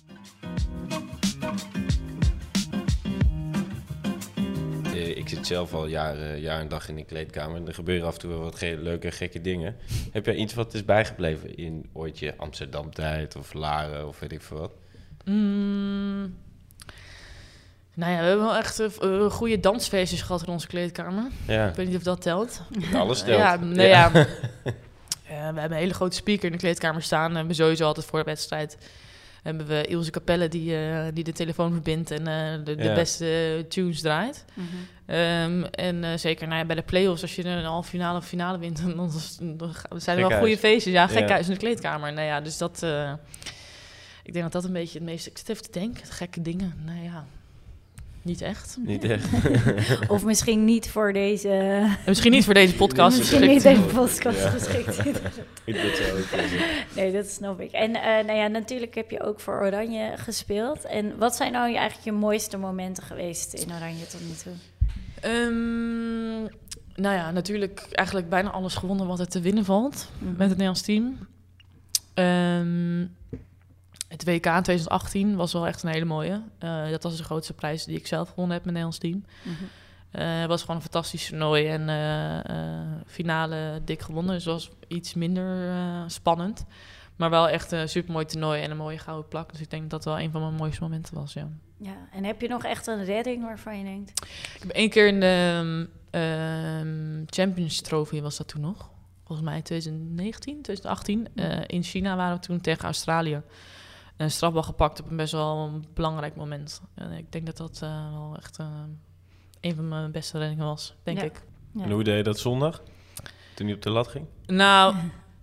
C: Uh, ik zit zelf al jaren, jaar en dag in de kleedkamer. En er gebeuren af en toe wel wat ge- leuke, gekke dingen. Heb jij iets wat is bijgebleven in ooit je Amsterdam-tijd of Laren of weet ik veel wat?
A: Mm. Nou ja, we hebben wel echt uh, goede dansfeestjes gehad in onze kleedkamer.
C: Ja.
A: Ik weet niet of dat telt.
C: Alles telt.
A: Ja, nee, ja. ja. uh, we hebben een hele grote speaker in de kleedkamer staan. We hebben sowieso altijd voor de wedstrijd... hebben we Ilse Capelle die, uh, die de telefoon verbindt en uh, de, de ja. beste uh, tunes draait. Mm-hmm. Um, en uh, zeker nou ja, bij de play-offs, als je een halve finale of finale wint... dan, dan, dan zijn er wel goede feestjes. Ja, gek ja. huis in de kleedkamer. Nou ja, dus dat... Uh, ik denk dat dat een beetje het meeste... Ik zit even te denken, gekke dingen. Nou ja... Niet echt.
C: Niet echt.
D: Of misschien niet voor deze...
A: Misschien niet voor deze podcast.
D: Misschien niet deze podcast ja. geschikt.
C: Ik dat zo ook
D: nee, dat snap ik. En uh, nou ja, natuurlijk heb je ook voor Oranje gespeeld. En wat zijn nou eigenlijk je mooiste momenten geweest in Oranje tot nu toe?
A: Um, nou ja, natuurlijk eigenlijk bijna alles gewonnen wat er te winnen valt. Mm-hmm. Met het Nederlands team. Um, Het W K in twintig achttien was wel echt een hele mooie. Uh, dat was de grootste prijs die ik zelf gewonnen heb met het Nederlands team. Mm-hmm. Uh, het was gewoon een fantastisch toernooi en uh, uh, finale dik gewonnen. Dus het was iets minder uh, spannend. Maar wel echt een supermooi toernooi en een mooie gouden plak. Dus ik denk dat dat wel een van mijn mooiste momenten was, ja.
D: Ja, en heb je nog echt een redding waarvan je denkt...
A: Ik heb één keer in de um, Champions Trophy, was dat toen nog? Volgens mij twintig negentien, twintig achttien. Uh, in China waren we toen tegen Australië. Een strafbal gepakt op een best wel een belangrijk moment. En ik denk dat dat uh, wel echt uh, een van mijn beste reddingen was, denk
D: ja.
A: ik.
C: Ja. En hoe deed je dat zondag? Toen hij op de lat ging?
A: Nou...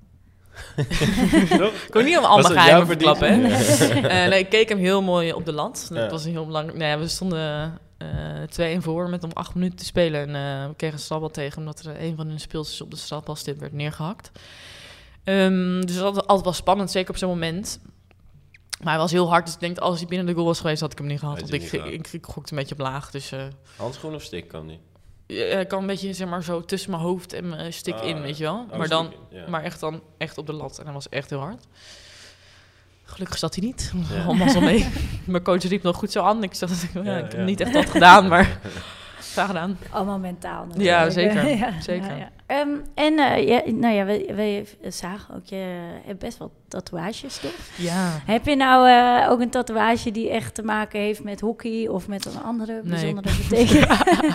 A: ik kon niet om al mijn geheimen verklappen, hè? Ja. uh, nee, ik keek hem heel mooi op de lat. Dat ja. was een heel belangrijk... Nee, we stonden uh, twee-een voor met om acht minuten te spelen. En uh, we kregen een strafbal tegen omdat er een van hun speelsters op de strafbalstip werd neergehakt. Um, dus dat was altijd wel spannend, zeker op zo'n moment. Maar hij was heel hard, dus ik denk als hij binnen de goal was geweest, had ik hem niet gehad. Want ik, ik, ik, ik gokte een beetje op laag. Dus, uh,
C: handschoen of stick kan die?
A: Ik kan een beetje, zeg maar, zo tussen mijn hoofd en mijn stick ah, in, weet je wel.
C: Oh,
A: maar dan,
C: ja.
A: maar echt dan echt op de lat. En dat was echt heel hard. Gelukkig zat hij niet. Ja. Allemaal zo mee. Mijn coach riep nog goed zo aan. Ik zag, ja, ja, ik heb ja. niet echt dat gedaan, maar graag gedaan.
D: Allemaal mentaal natuurlijk.
A: Ja, zeker. ja, zeker.
D: Ja, ja. Um, en uh, ja, nou ja, we, we zagen ook, je hebt best wel tatoeages, toch?
A: Ja.
D: Heb je nou uh, ook een tatoeage die echt te maken heeft met hockey of met een andere bijzondere nee. betekenis?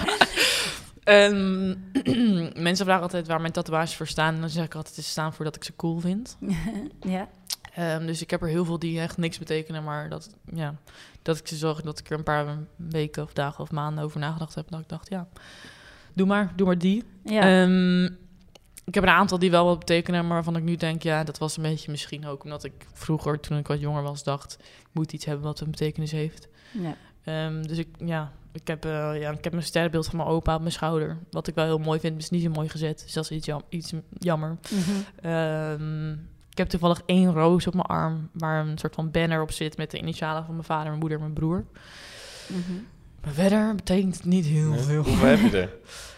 A: Um, mensen vragen altijd waar mijn tatoeages voor staan. En dan zeg ik altijd, het staan voor dat ik ze cool vind.
D: ja.
A: Um, dus ik heb er heel veel die echt niks betekenen. Maar dat, ja, dat ik ze zorg dat ik er een paar weken of dagen of maanden over nagedacht heb. Dat ik dacht, ja, doe maar, doe maar die.
D: Ja.
A: Um, ik heb er een aantal die wel wat betekenen. Maar waarvan ik nu denk, ja, dat was een beetje misschien ook omdat ik vroeger, toen ik wat jonger was, dacht, ik moet iets hebben wat een betekenis heeft.
D: Ja.
A: Um, dus ik, ja... Ik heb, uh, ja, ik heb een sterrenbeeld van mijn opa op mijn schouder. Wat ik wel heel mooi vind, is niet zo mooi gezet. Dus dat is iets, jam- iets jammer. Mm-hmm. Um, ik heb toevallig één roos op mijn arm... waar een soort van banner op zit... met de initialen van mijn vader, mijn moeder en mijn broer. Mm-hmm. Maar verder betekent het niet heel
C: nee,
A: veel.
C: Hoeveel heb je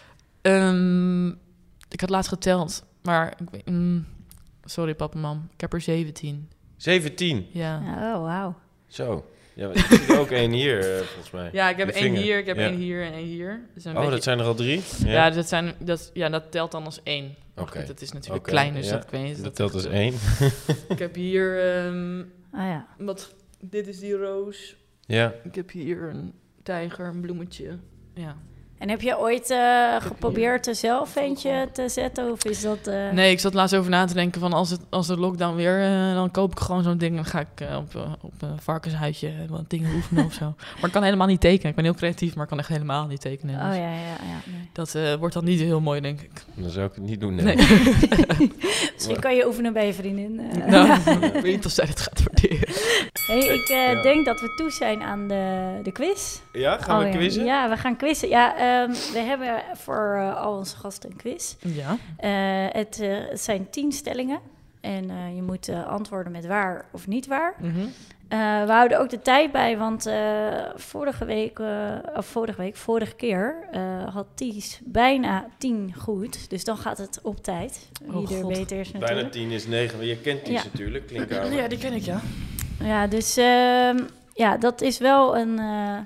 C: er?
A: Um, ik had laatst geteld. Maar, ik weet, mm, sorry papa en mam. Ik heb er zeventien.
C: zeventien?
A: Ja.
D: Oh, wauw.
C: Zo. Ja, ik zie er ook één hier, uh, volgens mij.
A: Ja, ik heb één hier, ik heb ja. één hier en één hier. Dus een
C: oh,
A: beetje...
C: dat zijn er al drie?
A: Ja, ja, dat, zijn, dat, ja dat telt dan als één. Oké. Okay. Dat is natuurlijk okay. klein, dus ja. dat ik weet niet.
C: Dat,
A: dat
C: telt als één.
A: Ik heb hier... Um,
D: ah, ja.
A: wat, dit is die roos.
C: Ja.
A: Ik heb hier een tijger, een bloemetje. Ja.
D: En heb je ooit uh, geprobeerd er zelf eentje te zetten? Of is dat... Uh...
A: Nee, ik zat laatst over na te denken van als, het, als de lockdown weer... Uh, dan koop ik gewoon zo'n ding en dan ga ik uh, op, uh, op een varkenshuidje wat dingen oefenen of zo. Maar ik kan helemaal niet tekenen. Ik ben heel creatief, maar ik kan echt helemaal niet tekenen.
D: Oh
A: dus
D: ja, ja, ja. Nee.
A: Dat uh, wordt dan niet heel mooi, denk ik.
C: Dan zou ik het niet doen, nee.
A: nee.
D: Misschien kan je oefenen bij je vriendin. Uh.
A: Nou, ik weet niet of zij het gaat waarderen.
D: Hey, ik uh, ja. denk dat we toe zijn aan de, de quiz.
C: Ja, gaan
D: oh,
C: we quizzen?
D: Ja, ja, we gaan quizzen. Ja, um, we hebben voor uh, al onze gasten een quiz.
A: Ja.
D: Uh, het, uh, het zijn tien stellingen. En uh, je moet uh, antwoorden met waar of niet waar.
A: Mm-hmm.
D: Uh, we houden ook de tijd bij, want uh, vorige week, uh, of vorige week, vorige keer uh, had Ties bijna tien goed. Dus dan gaat het op tijd. Wie
A: oh,
D: er
A: God.
D: beter is natuurlijk.
C: Bijna tien is negen. Je kent Ties ja. natuurlijk, Klinkhamer.
A: Ja, die ken ik, ja.
D: Ja, dus uh, ja, dat is wel een uh,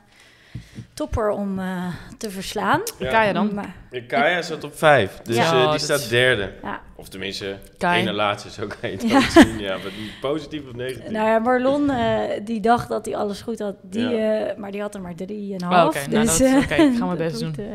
D: topper om uh, te verslaan.
A: Ja. Kaya dan?
D: Maar,
C: Kaya zat op vijf, dus ja. uh, die staat is... derde.
D: Ja.
C: Of tenminste,
A: Kaya.
C: ene laatste, zo kan je het ja. ook zien. Ja, maar positief of negatief?
D: Nou ja, Marlon, uh, die dacht dat hij alles goed had, die, ja. uh, maar die had er maar drie en een half.
A: Oh, okay.
D: Dus,
A: nou, dat, okay. Ik ga mijn best doen.
D: Uh,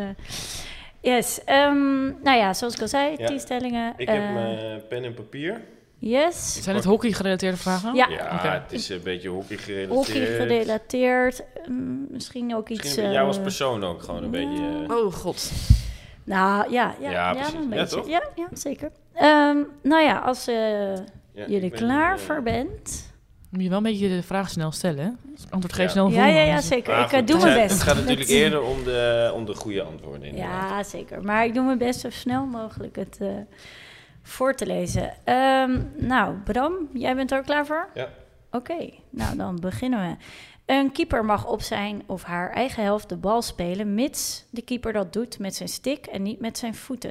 D: yes, um, nou ja, zoals ik al zei,
C: ja.
D: tien stellingen.
C: Ik
D: uh,
C: heb mijn pen en papier.
D: Yes.
A: Zijn het hockey-gerelateerde vragen?
D: Ja,
C: ja
D: okay.
C: Het is een beetje hockey-gerelateerd.
D: Hockey-gerelateerd. Um, misschien ook iets...
C: Misschien met jou als persoon ook gewoon een uh, beetje... Uh...
A: Oh, god.
D: Nou, ja, ja,
C: ja,
D: ja, een
C: ja,
D: beetje.
C: toch?
D: Ja, ja, zeker. Um, nou ja, als uh, ja, je er klaar uh, voor bent...
A: Moet je wel een beetje de vraag snel stellen, hè? Antwoord geef
C: ja.
A: snel voor.
D: Ja, ja, ja, zeker.
C: Maar
D: ik
C: goed,
D: doe mijn best.
C: Het gaat natuurlijk eerder om de, om de goede antwoorden.
D: Inderdaad. Ja, zeker. Maar ik doe mijn best zo snel mogelijk het uh, voor te lezen. Um, nou, Bram, jij bent er ook klaar voor?
C: Ja.
D: Oké, okay, nou dan beginnen we. Een keeper mag op zijn of haar eigen helft de bal spelen... mits de keeper dat doet met zijn stick en niet met zijn voeten.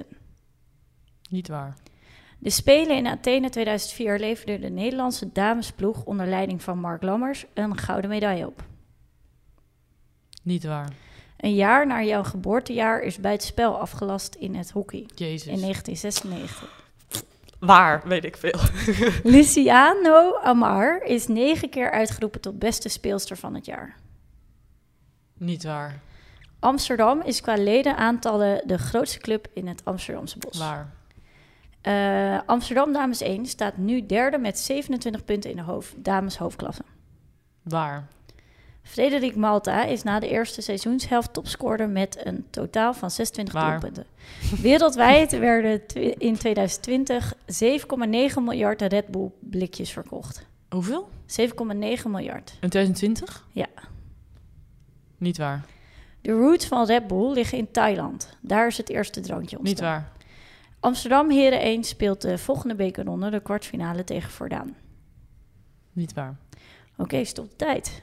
A: Niet waar.
D: De Spelen in Athene tweeduizend vier leverde de Nederlandse damesploeg... onder leiding van Mark Lammers een gouden medaille op.
A: Niet waar.
D: Een jaar na jouw geboortejaar is buitenspel afgelast in het hockey.
A: Jezus.
D: In negentien zesennegentig.
A: Waar, weet ik veel.
D: Luciano Amar is negen keer uitgeroepen tot beste speelster van het jaar.
A: Niet waar.
D: Amsterdam is qua ledenaantallen de grootste club in het Amsterdamse bos.
A: Waar.
D: Uh, Amsterdam Dames één staat nu derde met zevenentwintig punten in de hoofd, dames hoofdklasse.
A: Waar.
D: Frederik Malta is na de eerste seizoenshelft topscorer met een totaal van zesentwintig
A: Waar.
D: doelpunten. Wereldwijd werden tw- in tweeduizend twintig zeven komma negen miljard Red Bull blikjes verkocht.
A: Hoeveel?
D: zeven komma negen miljard.
A: In twintig twintig?
D: Ja.
A: Niet waar.
D: De roots van Red Bull liggen in Thailand. Daar is het eerste drankje ontstaan.
A: Niet waar.
D: Amsterdam Heren één speelt de volgende bekerronde, de kwartfinale tegen Voordaan.
A: Niet waar.
D: Oké, okay, stop de tijd.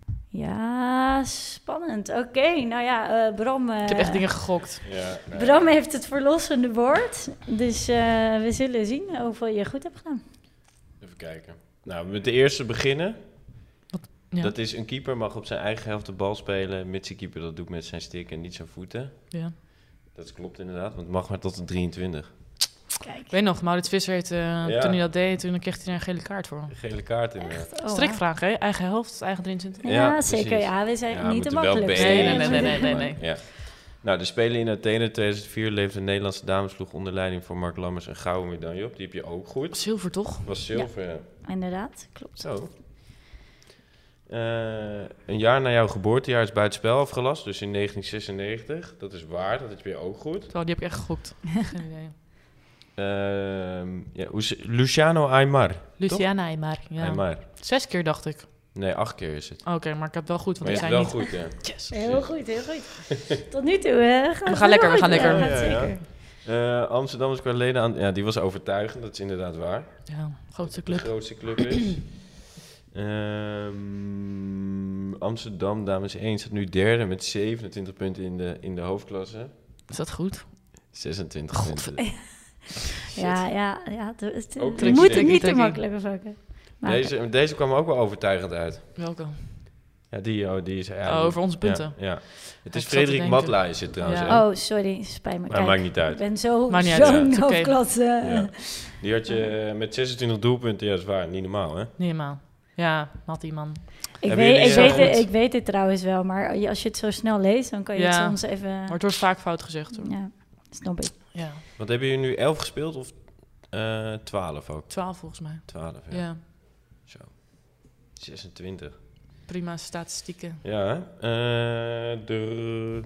D: Ja, spannend. Oké, okay, nou ja, uh, Bram... Uh,
A: Ik heb echt dingen gegokt.
C: Ja, nee.
D: Bram heeft het verlossende woord. Dus uh, we zullen zien hoeveel je goed hebt gedaan.
C: Even kijken. Nou, met de eerste beginnen.
A: Ja.
C: Dat is een keeper mag op zijn eigen helft de bal spelen. Mits de keeper dat doet met zijn stick en niet zijn voeten.
A: Ja.
C: Dat klopt inderdaad, want het mag maar tot de drieëntwintig.
D: Kijk.
A: Ik weet nog, Maurits Visser heeft, uh,
C: Ja.
A: toen hij dat deed, toen kreeg hij er een gele kaart voor.
C: Een gele kaart inderdaad.
D: Echt? Oh,
A: Strikvraag, hè? Eigen helft, eigen drieëntwintig.
D: Ja,
C: Ja,
D: zeker.
C: precies.
D: Ja, we zijn
C: Ja,
D: niet te
C: moeten wel
D: makkelijk.
C: benen.
A: Nee, nee, nee, nee, nee, nee.
C: Ja. Nou, de Spelen in Athene tweeduizend vier leverde de Nederlandse damesploeg onder leiding van Mark Lammers een gouden medaille op. Die heb je ook goed.
A: Zilver, toch?
C: Dat was zilver, ja.
D: Inderdaad, klopt.
C: Zo. Uh, een jaar na jouw geboortejaar is buitenspel afgelast, dus in negentien zesennegentig. Dat is waar, dat heb je ook goed.
A: Zo, die heb ik echt gegokt. Geen idee.
C: Uh, ja, hoe is- Luciano Aymar.
A: Luciana Aymar, ja.
C: Aymar.
A: Zes keer dacht ik.
C: Nee, acht keer is het.
A: Oké, okay, maar ik heb wel goed, want
C: Maar je
A: ik
C: hebt
A: zei
C: wel
A: niet.
C: goed, ja.
A: Yes.
D: Heel goed, heel goed. Tot nu toe hè, gaat
A: We
D: het
A: gaan lekker,
D: heel
A: we gaan
D: goed.
A: lekker.
D: Ja, gaat
C: Ja, ja.
D: zeker.
C: Uh, Amsterdam is qua leden aan... Ja, die was overtuigend, dat is inderdaad waar.
A: Ja, grootste
C: De
A: club.
C: grootste club is. um, Amsterdam, dames één, staat nu derde met zevenentwintig punten in de, in de hoofdklasse.
A: Is dat goed?
C: zesentwintig punten.
D: Ja, ja, ja. Het, het,
C: Ook
D: het
C: tricky,
D: moet
C: tricky,
D: niet te
A: tricky.
D: makkelijk vakken. Maar
C: Deze, deze kwam ook wel overtuigend uit.
A: Welke?
C: Ja, die, oh, die is... Ja,
A: Oh,
C: die-
A: over onze punten.
C: Ja, ja. Het
A: Ik
C: is
A: zat te
C: Frederik
A: denken.
C: Matla is het trouwens.
A: Ja.
C: hè?
D: Oh, sorry, spijt me.
C: Maar
D: Kijk,
C: maakt niet uit.
D: ik ben zo,
A: Maakt niet uit,
D: zo'n
A: ja. Het is oké.
D: hoofdklasse.
C: Ja. Die had je met zesentwintig doelpunten. Ja, dat is waar. Niet normaal, hè?
A: Niet helemaal. Ja, had die man.
D: Ik,
C: Hebben
D: weet,
C: jullie,
D: ik,
C: uh,
D: weet het,
C: goed?
D: ik weet het trouwens wel, maar als je het zo snel leest, dan kan je
A: Ja.
D: het soms even...
A: Maar het wordt vaak fout gezegd, hoor.
D: Ja, snap ik.
A: Ja,
C: Wat hebben jullie nu? elf gespeeld of uh, twaalf ook?
A: twaalf volgens mij.
C: twaalf, ja.
A: Ja,
C: Zo. zesentwintig.
A: prima statistieken.
C: Ja, hè? Uh, de...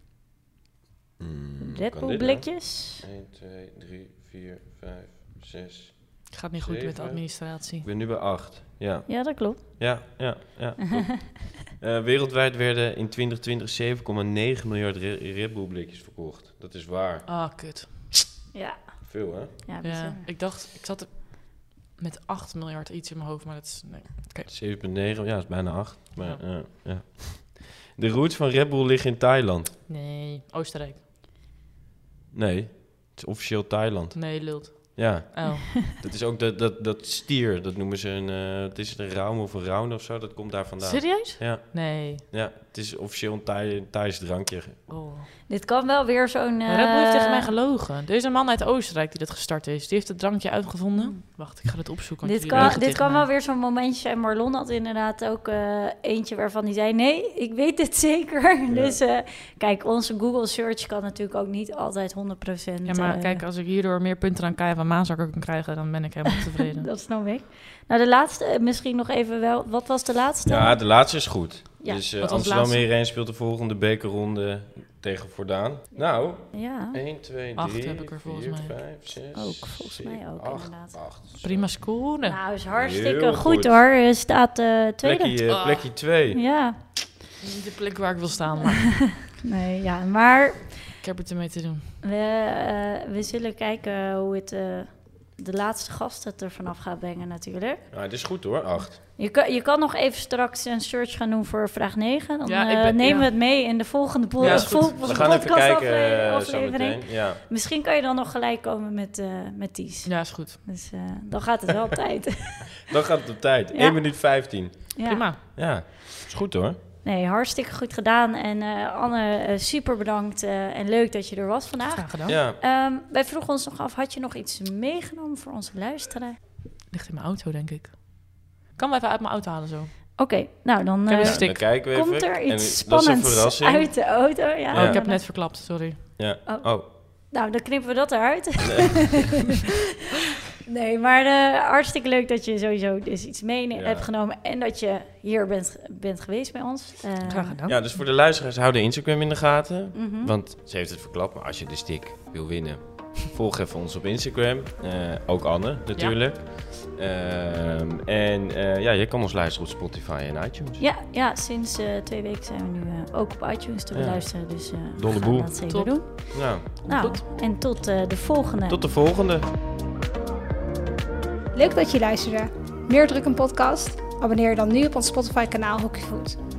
C: Hmm,
D: Red
C: kan
D: Bull
C: dit
D: blikjes.
C: nou? één, twee, drie, vier, vijf, zes.
A: Het gaat niet goed met de
C: Zeven.
A: administratie.
C: Ik ben nu bij acht. Ja,
D: Ja, dat klopt.
C: ja, ja. ja klopt. Uh, wereldwijd werden in twintig twintig zeven komma negen miljard Re- Red Bull blikjes verkocht. Dat is waar.
A: Ah, kut.
D: Ja,
C: Veel, hè?
D: ja, bizar.
A: Ja, ik dacht, ik zat er met acht miljard iets in mijn hoofd, maar dat is... Nee.
C: zeven komma negen, ja, dat is bijna acht. Maar,
A: Ja.
C: ja. ja. De roots van Red Bull liggen in Thailand.
A: Nee, Oostenrijk.
C: Nee, het is officieel Thailand.
A: Nee, lult.
C: Ja,
A: Oh,
C: dat is ook dat, dat, dat stier, dat noemen ze een, uh, het is een raum of een raun of zo, dat komt daar vandaan.
A: serieus?
C: Ja,
A: Nee.
C: ja, het is officieel een Thai, Thais drankje.
A: Oh.
D: Dit kan wel weer zo'n...
A: Maar Red Bull heeft
D: eh,
A: tegen mij gelogen. Er is een man uit Oostenrijk die dat gestart is. Die heeft het drankje uitgevonden. Wacht, ik ga het opzoeken. want
D: Dit
A: jullie
D: kan,
A: liegen
D: dit
A: tegen
D: kan
A: mij.
D: wel weer zo'n momentje zijn. Marlon had inderdaad ook eh, eentje waarvan hij zei... nee, ik weet het zeker.
C: Ja.
D: Dus eh, kijk, onze Google search kan natuurlijk ook niet altijd honderd procent...
A: Ja, maar
D: eh,
A: kijk, als ik hierdoor meer punten aan Kaya van Maanzakker kan krijgen, dan ben ik helemaal tevreden.
D: dat snap ik. Nou, de laatste, eh, misschien nog even wel... Wat was de laatste?
C: Ja, de laatste is goed.
D: Ja,
C: dus uh,
A: wat was de
C: Amsterdam
A: laatste?
C: Heren speelt de volgende bekerronde tegen Voordaan. Nou,
D: Ja,
C: één, twee,
A: Acht
C: drie,
A: heb ik er volgens
C: vier,
A: mij.
C: vijf, zes,
D: Ook, volgens mij
C: zeven,
D: ook,
C: acht,
D: inderdaad.
C: acht. Zo.
A: Prima score.
D: nou, is hartstikke
C: Heel
D: goed,
C: goed.
D: hoor. Je staat eh tweede.
C: Plekje, uh, plekje twee.
D: Ja,
A: Niet de plek waar ik wil staan, maar
D: nee, ja, maar
A: ik heb het ermee te doen.
D: we, eh, we zullen kijken hoe het... eh, de laatste gast het er vanaf gaat brengen natuurlijk.
C: Nou, het is goed hoor, acht.
D: Je kan, je kan nog even straks een search gaan doen voor vraag negen. Dan
A: Ja,
D: eh,
A: ik ben-
D: nemen
A: ja.
D: we het mee in de volgende po-
A: Ja, is goed.
D: vol-
C: We gaan even kijken
D: podcastafle-
C: uh, zo
D: aflevering.
C: meteen. Ja.
D: Misschien kan je dan nog gelijk komen met, uh, met Ties.
A: Ja, is goed.
D: Dus uh, dan gaat het wel op tijd.
C: Dan gaat het op tijd.
D: Ja.
C: één minuut vijftien.
D: Ja.
A: Prima.
C: Ja, is goed hoor.
D: Nee, hartstikke goed gedaan. En uh, Anne, uh, super bedankt uh, en leuk dat je er was vandaag.
A: Graag gedaan.
C: Ja.
D: Um, wij vroegen ons nog af, had je nog iets meegenomen voor onze luisteraar?
A: Ligt in mijn auto, denk ik. Kan we even uit mijn auto halen zo?
D: Oké, okay, nou dan, uh,
C: ja, dan kijken we
D: komt
C: even.
D: er iets
C: en,
D: spannends uit de auto. Ja,
A: ja. Oh, ik heb het net verklapt, sorry.
C: Ja.
D: Oh.
C: oh.
D: Nou, dan knippen we dat eruit. Nee, nee maar uh, hartstikke leuk dat je sowieso dus iets mee ja. hebt genomen... en dat je hier bent, bent geweest bij ons. Uh,
A: Graag gedaan.
C: Ja, dus voor de luisteraars, hou de Instagram in de gaten.
D: Mm-hmm.
C: Want ze heeft het verklapt, maar als je de stick wil winnen... volg even ons op Instagram. Uh, ook Anne, natuurlijk. Ja. Um, en uh, ja, je kan ons luisteren op Spotify en iTunes.
D: Ja, ja sinds uh, twee weken zijn we nu uh, ook op iTunes te beluisteren. Ja. Dus uh,
C: Dolle
D: we gaan
C: boel.
D: dat zeker
A: Top.
D: doen.
C: Nou,
D: nou
A: goed.
D: En tot uh, de volgende.
C: Tot de volgende.
B: Leuk dat je luisterde. Meer Druk een podcast? Abonneer je dan nu op ons Spotify kanaal Hockeyfood.